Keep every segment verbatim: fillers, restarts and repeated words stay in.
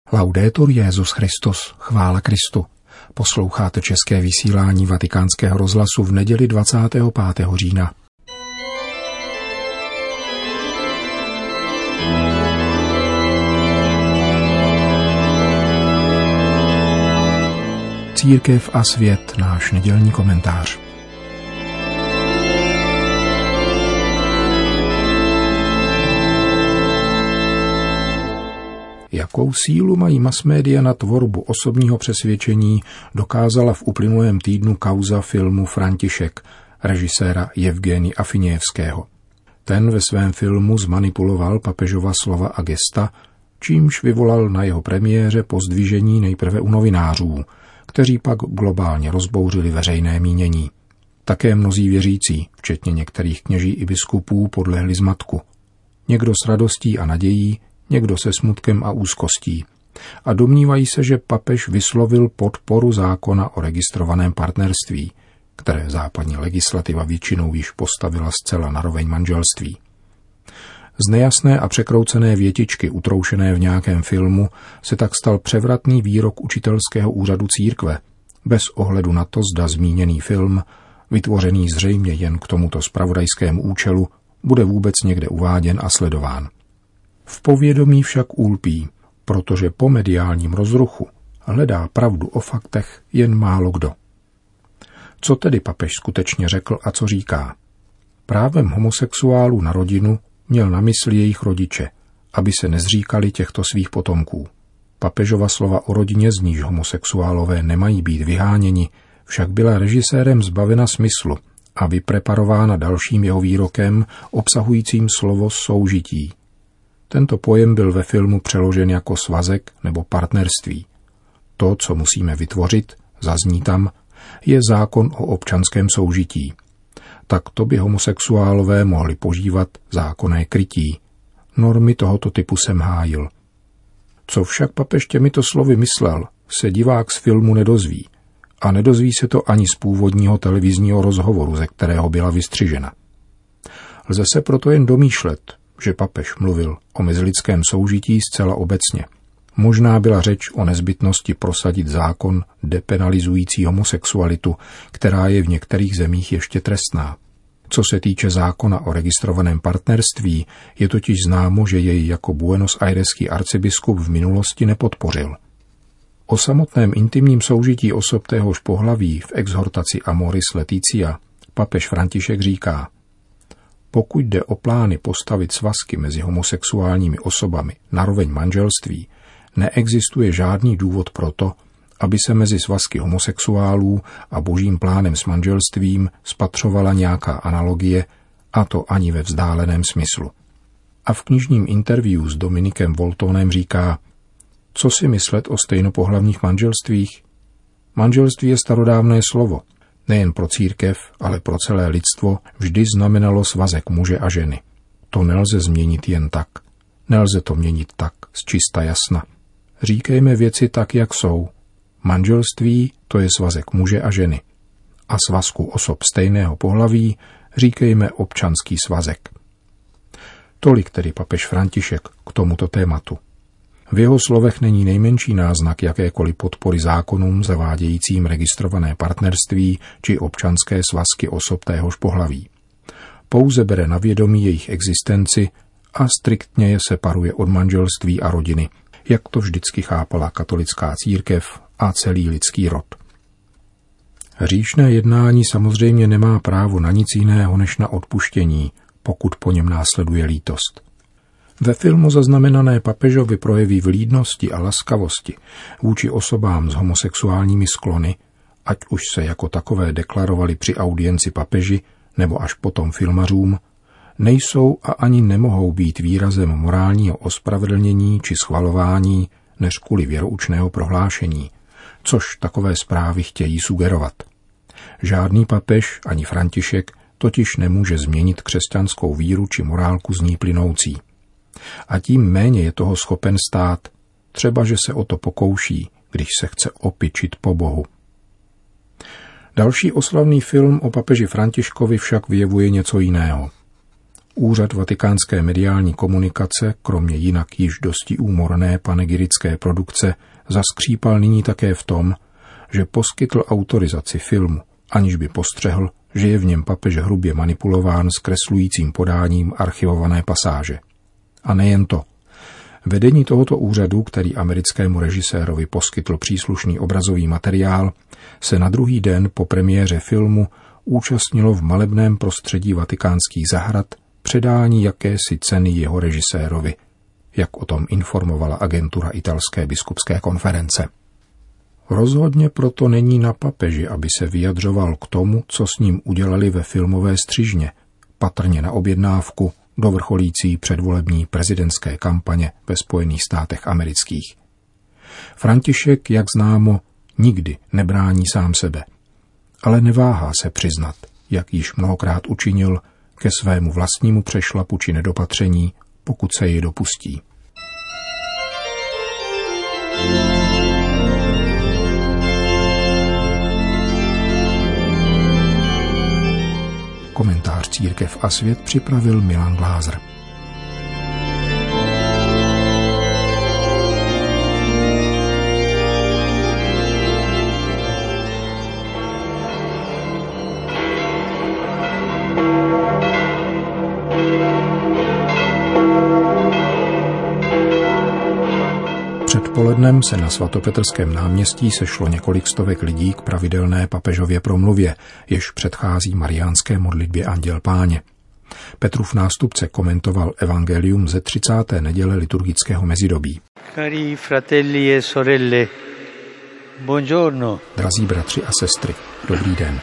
Laudetur Jesus Christus, chvála Kristu. Posloucháte české vysílání Vatikánského rozhlasu v neděli dvacátého pátého října. Církev a svět, náš nedělní komentář. Jakou sílu mají masmédia na tvorbu osobního přesvědčení, dokázala v uplynulém týdnu kauza filmu František režiséra Jevgenija Afinějevského. Ten ve svém filmu zmanipuloval papežova slova a gesta, čímž vyvolal na jeho premiéře pozdvižení nejprve u novinářů, kteří pak globálně rozbouřili veřejné mínění. Také mnozí věřící, včetně některých kněží i biskupů, podlehli zmatku. Někdo s radostí a nadějí, někdo se smutkem a úzkostí. A domnívají se, že papež vyslovil podporu zákona o registrovaném partnerství, které západní legislativa většinou již postavila zcela na roveň manželství. Z nejasné a překroucené větičky utroušené v nějakém filmu se tak stal převratný výrok učitelského úřadu církve, bez ohledu na to, zda zmíněný film, vytvořený zřejmě jen k tomuto zpravodajskému účelu, bude vůbec někde uváděn a sledován. V povědomí však úlpí, protože po mediálním rozruchu hledá pravdu o faktech jen málo kdo. Co tedy papež skutečně řekl a co říká? Právem homosexuálů na rodinu měl na mysli jejich rodiče, aby se nezříkali těchto svých potomků. Papežova slova o rodině, z níž homosexuálové nemají být vyháněni, však byla režisérem zbavena smyslu a vypreparována dalším jeho výrokem obsahujícím slovo soužití. Tento pojem byl ve filmu přeložen jako svazek nebo partnerství. To, co musíme vytvořit, zazní tam, je zákon o občanském soužití. Tak to by homosexuálové mohli požívat zákonné krytí. Normy tohoto typu jsem hájil. Co však papež těmito slovy myslel, se divák z filmu nedozví. A nedozví se to ani z původního televizního rozhovoru, ze kterého byla vystřižena. Lze se proto jen domýšlet, že papež mluvil o mezilidském soužití zcela obecně. Možná byla řeč o nezbytnosti prosadit zákon depenalizující homosexualitu, která je v některých zemích ještě trestná. Co se týče zákona o registrovaném partnerství, je totiž známo, že jej jako Buenos Aireský arcibiskup v minulosti nepodpořil. O samotném intimním soužití osob téhož pohlaví v exhortaci Amoris Laetitia papež František říká: pokud jde o plány postavit svazky mezi homosexuálními osobami na roveň manželství, neexistuje žádný důvod pro to, aby se mezi svazky homosexuálů a božím plánem s manželstvím spatřovala nějaká analogie, a to ani ve vzdáleném smyslu. A v knižním interview s Dominikem Voltonem říká: co si myslet o stejnopohlavních manželstvích? Manželství je starodávné slovo. Nejen pro církev, ale pro celé lidstvo vždy znamenalo svazek muže a ženy. To nelze změnit jen tak. Nelze to měnit tak, z čista jasna. Říkejme věci tak, jak jsou. Manželství, to je svazek muže a ženy. A svazku osob stejného pohlaví říkejme občanský svazek. Tolik tedy papež František k tomuto tématu. V jeho slovech není nejmenší náznak jakékoliv podpory zákonům zavádějícím registrované partnerství či občanské svazky osob téhož pohlaví. Pouze bere na vědomí jejich existenci a striktně je separuje od manželství a rodiny, jak to vždycky chápala katolická církev a celý lidský rod. Hříšné jednání samozřejmě nemá právo na nic jiného než na odpuštění, pokud po něm následuje lítost. Ve filmu zaznamenané papežovy projevy vlídnosti a laskavosti vůči osobám s homosexuálními sklony, ať už se jako takové deklarovali při audienci papeži nebo až potom filmařům, nejsou a ani nemohou být výrazem morálního ospravedlnění či schvalování než kvůli věroučného prohlášení, což takové zprávy chtějí sugerovat. Žádný papež ani František totiž nemůže změnit křesťanskou víru či morálku z ní plynoucí. A tím méně je toho schopen stát, třeba že se o to pokouší, když se chce opičit po Bohu. Další oslavný film o papeži Františkovi však vyjevuje něco jiného. Úřad vatikánské mediální komunikace, kromě jinak již dosti úmorné panegyrické produkce, zaskřípal nyní také v tom, že poskytl autorizaci filmu, aniž by postřehl, že je v něm papež hrubě manipulován zkreslujícím podáním archivované pasáže. A nejen to. Vedení tohoto úřadu, který americkému režisérovi poskytl příslušný obrazový materiál, se na druhý den po premiéře filmu účastnilo v malebném prostředí vatikánských zahrad předání jakési ceny jeho režisérovi, jak o tom informovala agentura italské biskupské konference. Rozhodně proto není na papeži, aby se vyjadřoval k tomu, co s ním udělali ve filmové střižně, patrně na objednávku do vrcholící předvolební prezidentské kampaně ve Spojených státech amerických. František, jak známo, nikdy nebrání sám sebe, ale neváhá se přiznat, jak již mnohokrát učinil, ke svému vlastnímu přešlapu či nedopatření, pokud se jej dopustí. Komentář Církev a svět připravil Milan Glázer. Předpolednem se na svatopetrském náměstí sešlo několik stovek lidí k pravidelné papežově promluvě, jež předchází mariánské modlitbě Anděl Páně. Petrův nástupce komentoval evangelium ze třicáté neděle liturgického mezidobí. Cari fratelli e sorelle, buongiorno. Drazí bratři a sestry, dobrý den.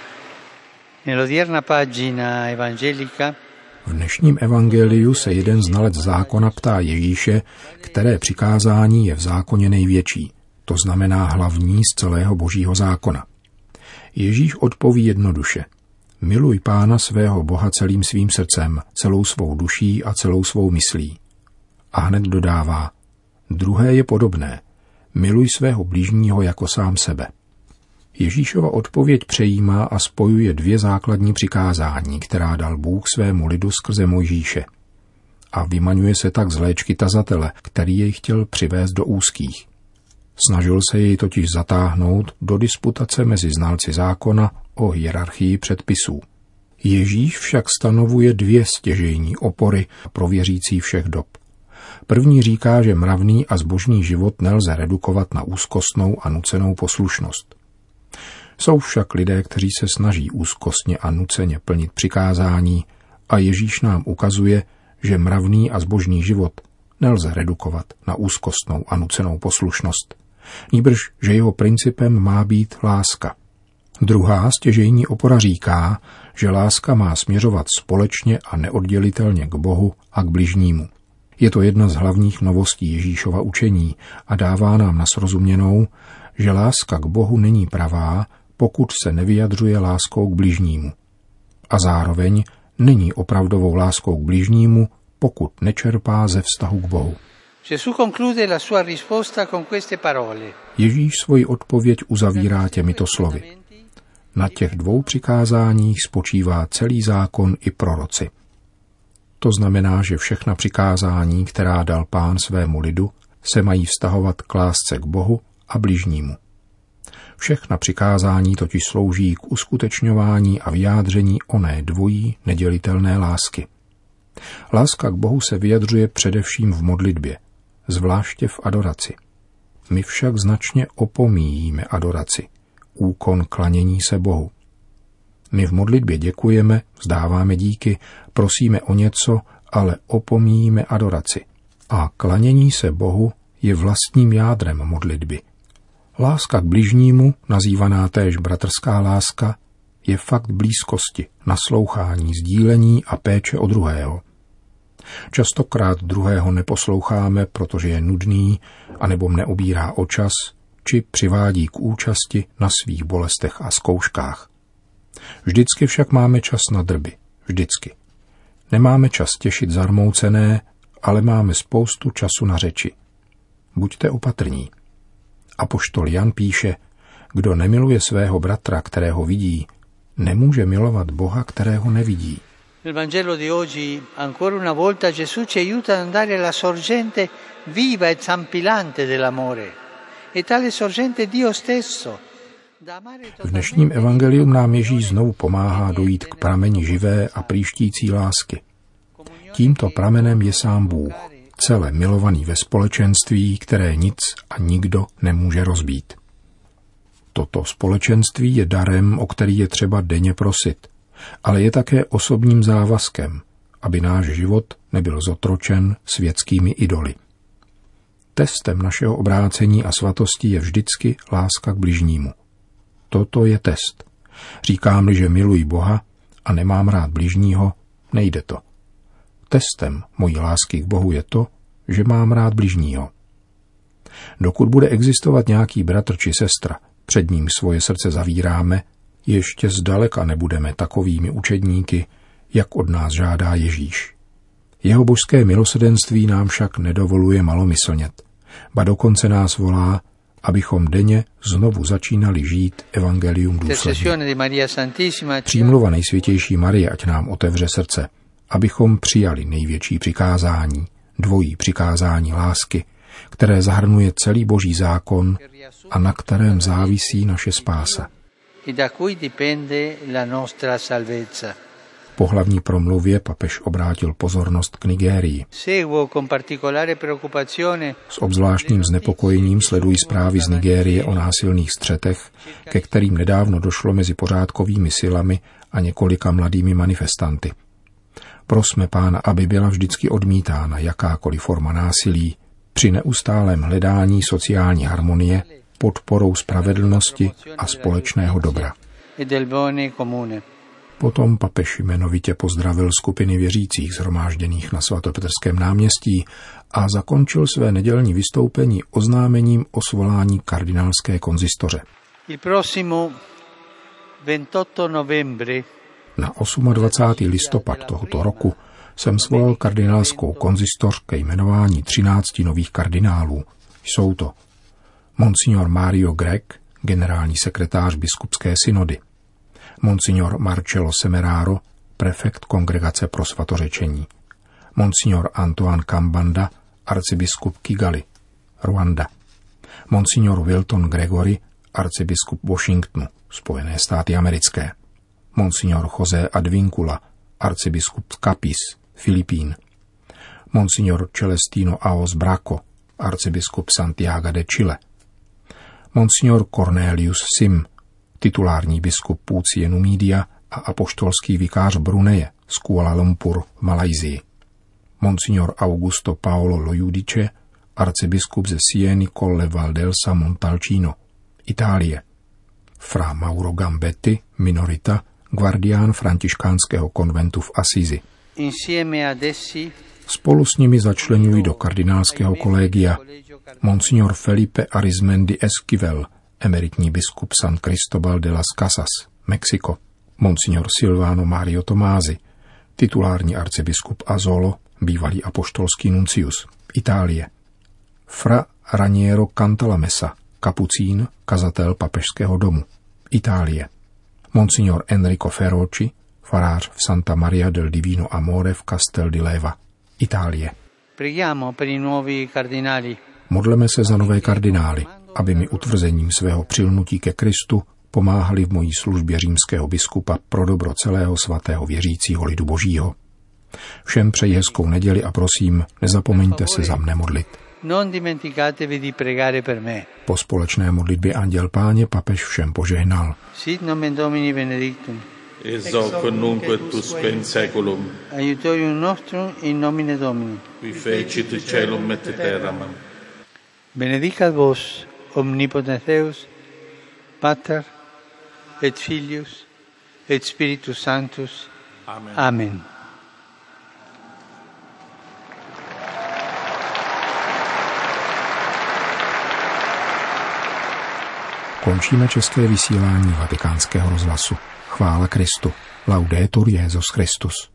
Nell'odierna pagina evangelica v dnešním evangeliu se jeden znalec zákona ptá Ježíše, které přikázání je v zákoně největší, to znamená hlavní z celého božího zákona. Ježíš odpoví jednoduše. Miluj Pána svého Boha celým svým srdcem, celou svou duší a celou svou myslí. A hned dodává, druhé je podobné. Miluj svého blížního jako sám sebe. Ježíšova odpověď přejímá a spojuje dvě základní přikázání, která dal Bůh svému lidu skrze Mojžíše. A vymaňuje se tak z léčky tazatele, který jej chtěl přivést do úzkých. Snažil se jej totiž zatáhnout do disputace mezi znalci zákona o hierarchii předpisů. Ježíš však stanovuje dvě stěžejní opory pro věřící všech dob. První říká, že mravný a zbožný život nelze redukovat na úzkostnou a nucenou poslušnost. Jsou však lidé, kteří se snaží úzkostně a nuceně plnit přikázání a Ježíš nám ukazuje, že mravný a zbožný život nelze redukovat na úzkostnou a nucenou poslušnost. Nýbrž, že jeho principem má být láska. Druhá stěžejní opora říká, že láska má směřovat společně a neoddělitelně k Bohu a k bližnímu. Je to jedna z hlavních novostí Ježíšova učení a dává nám na srozuměnou, že láska k Bohu není pravá, pokud se nevyjadřuje láskou k bližnímu. A zároveň není opravdovou láskou k bližnímu, pokud nečerpá ze vztahu k Bohu. Ježíš svoji odpověď uzavírá těmito slovy. Na těch dvou přikázáních spočívá celý zákon i proroci. To znamená, že všechna přikázání, která dal Pán svému lidu, se mají vztahovat k lásce k Bohu a bližnímu. Všechna přikázání totiž slouží k uskutečňování a vyjádření oné dvojí nedělitelné lásky. Láska k Bohu se vyjadřuje především v modlitbě, zvláště v adoraci. My však značně opomíjíme adoraci, úkon klanění se Bohu. My v modlitbě děkujeme, vzdáváme díky, prosíme o něco, ale opomíjíme adoraci. A klanění se Bohu je vlastním jádrem modlitby. Láska k bližnímu, nazývaná též bratrská láska, je fakt blízkosti, naslouchání, sdílení a péče o druhého. Častokrát druhého neposloucháme, protože je nudný, anebo mne obírá o čas, či přivádí k účasti na svých bolestech a zkouškách. Vždycky však máme čas na drby. Vždycky. Nemáme čas těšit zarmoucené, ale máme spoustu času na řeči. Buďte opatrní. Apoštol Jan píše, kdo nemiluje svého bratra, kterého vidí, nemůže milovat Boha, kterého nevidí. Nel Vangelo di oggi, ancora una volta, Gesù ci aiuta ad andare alla sorgente viva e zampillante dell'amore. E tale sorgente è Dio stesso. V dnešním evangelium nám Ježíš znovu pomáhá dojít k prameni živé a prýštící lásky. Tímto pramenem je sám Bůh, celé milovaný ve společenství, které nic a nikdo nemůže rozbít. Toto společenství je darem, o který je třeba denně prosit, ale je také osobním závazkem, aby náš život nebyl zotročen světskými idoly. Testem našeho obrácení a svatosti je vždycky láska k bližnímu. Toto je test. Říkám-li, že miluji Boha a nemám rád bližního, nejde to. Testem mojí lásky k Bohu je to, že mám rád bližního. Dokud bude existovat nějaký bratr či sestra, před ním svoje srdce zavíráme, ještě zdaleka nebudeme takovými učedníky, jak od nás žádá Ježíš. Jeho božské milosrdenství nám však nedovoluje malomyslnět, ba dokonce nás volá, abychom denně znovu začínali žít evangelium důsledně. Přímluva nejsvětější Marie, ať nám otevře srdce, abychom přijali největší přikázání, dvojí přikázání lásky, které zahrnuje celý boží zákon a na kterém závisí naše spása. Po hlavní promluvě papež obrátil pozornost k Nigérii. S obzvláštním znepokojením sledují zprávy z Nigérie o násilných střetech, ke kterým nedávno došlo mezi pořádkovými silami a několika mladými manifestanty. Prosme Pána, aby byla vždycky odmítána jakákoliv forma násilí, při neustálém hledání sociální harmonie, podporou spravedlnosti a společného dobra. Potom papež jmenovitě pozdravil skupiny věřících shromážděných na svatopetrském náměstí a zakončil své nedělní vystoupení oznámením o svolání kardinálské konzistoře. Na dvacátého osmého listopad tohoto roku jsem svolal kardinálskou konzistoř ke jmenování třinácti nových kardinálů. Jsou to Monsignor Mario Grech, generální sekretář biskupské synody, Monsignor Marcello Semeraro, prefekt Kongregace pro svatořečení, Monsignor Antoine Kambanda, arcibiskup Kigali, Rwanda, Monsignor Wilton Gregory, arcibiskup Washingtonu, Spojené státy americké, Monsignor José Advíncula, arcibiskup Capiz, Filipín, Monsignor Celestino Aos Braco, arcibiskup Santiago de Chile, Monsignor Cornelius Sim, titulární biskup Púcie Numídia a apoštolský vikář Bruneje z Kuala Lumpur v Malajsii, Monsignor Augusto Paolo Lojudice, arcibiskup ze Sieny Colle Valdelsa Montalcino, Itálie, fra Mauro Gambetti, minorita, guardián františkánského konventu v Assisi. Spolu s nimi začlenují do kardinálského kolegia Monsignor Felipe Arizmendi Esquivel, emeritní biskup San Cristobal de las Casas, Mexiko, Monsignor Silvano Mario Tomázy, titulární arcibiskup Azolo, bývalý apoštolský nuncius, Itálie, fra Raniero Cantalamessa, kapucín, kazatel papežského domu, Itálie, Monsignor Enrico Ferroci, farář v Santa Maria del Divino Amore v Castel di Leva, Itálie. Modleme se za nové kardinály, aby mi utvrzením svého přilnutí ke Kristu pomáhali v mojí službě římského biskupa pro dobro celého svatého věřícího lidu božího. Všem přeji hezkou neděli a prosím, nezapomeňte se za mne modlit. Po společné modlitbě Anděl Páně papež všem požehnal. Sit nomen Domini benedictum. Ex hoc nunc et usque in saeculum. Aiutorium nostrum in nomine Domini. Qui fecit caelum et terram. Benedicat vos omnipotens Deus, Pater et Filius et Spiritus Sanctus. Amen. Amen. Končíme české vysílání Vatikánského rozhlasu. Chvála Kristu. Laudetur Jesus Christus.